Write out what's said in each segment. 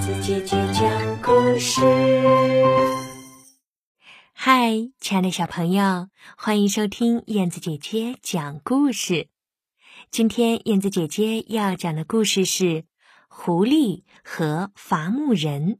子姐姐讲故事。 嗨，亲爱的小朋友，欢迎收听燕子姐姐讲故事。今天燕子姐姐要讲的故事是狐狸和伐木人。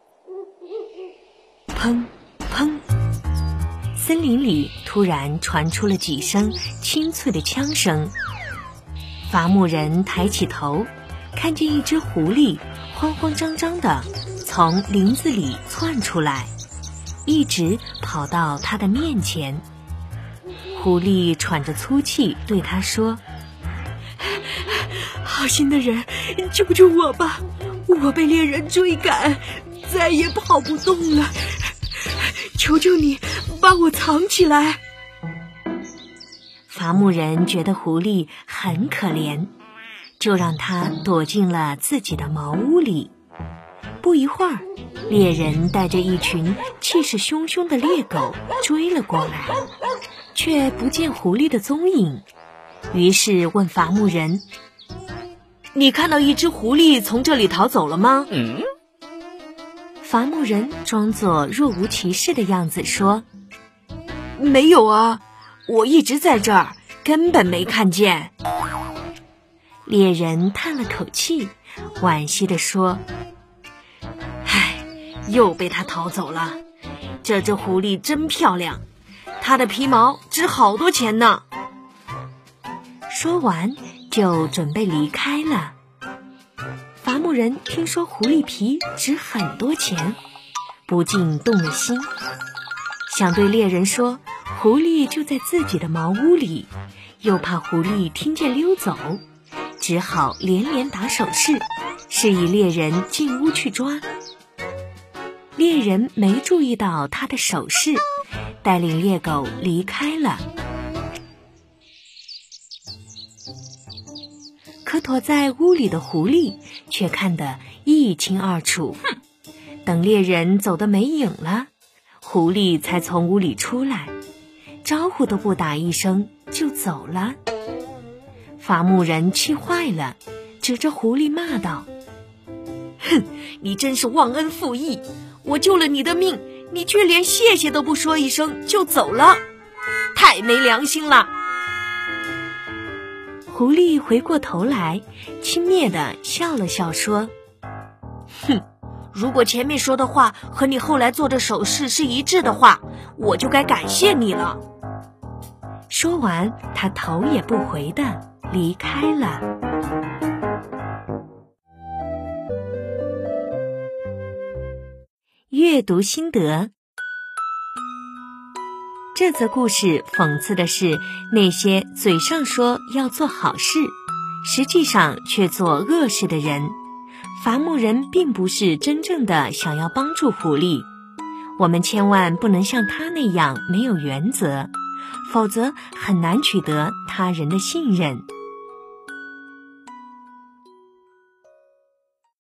砰砰，森林里突然传出了几声清脆的枪声。伐木人抬起头，看见一只狐狸慌慌张张地从林子里窜出来，一直跑到他的面前。狐狸喘着粗气对他说： 好心的人，救救我吧，我被猎人追赶，再也跑不动了，求求你把我藏起来。 伐木人觉得狐狸很可怜，就让他躲进了自己的茅屋里。不一会儿，猎人带着一群气势汹汹的猎狗追了过来，却不见狐狸的踪影。于是问伐木人：你看到一只狐狸从这里逃走了吗？伐木人装作若无其事的样子说： 没有啊，我一直在这儿，根本没看见。 猎人叹了口气，惋惜地说： 又被他逃走了。这只狐狸真漂亮，它的皮毛值好多钱呢。 说完就准备离开了。伐木人听说狐狸皮值很多钱，不禁动了心，想对猎人说狐狸就在自己的茅屋里，又怕狐狸听见溜走，只好连连打手势，示意猎人进屋去抓。猎人没注意到他的手势，带领猎狗离开了。可躲在屋里的狐狸却看得一清二楚。等猎人走得没影了，狐狸才从屋里出来，招呼都不打一声就走了。伐木人气坏了，指着狐狸骂道： 哼，你真是忘恩负义，我救了你的命，你却连谢谢都不说一声就走了，太没良心了。 狐狸回过头来，轻蔑地笑了笑说： 哼，如果前面说的话和你后来做的手势是一致的话，我就该感谢你了。 说完，他头也不回地离开了。阅读心得：这则故事讽刺的是那些嘴上说要做好事，实际上却做恶事的人。伐木人并不是真正的想要帮助狐狸，我们千万不能像他那样没有原则，否则很难取得他人的信任。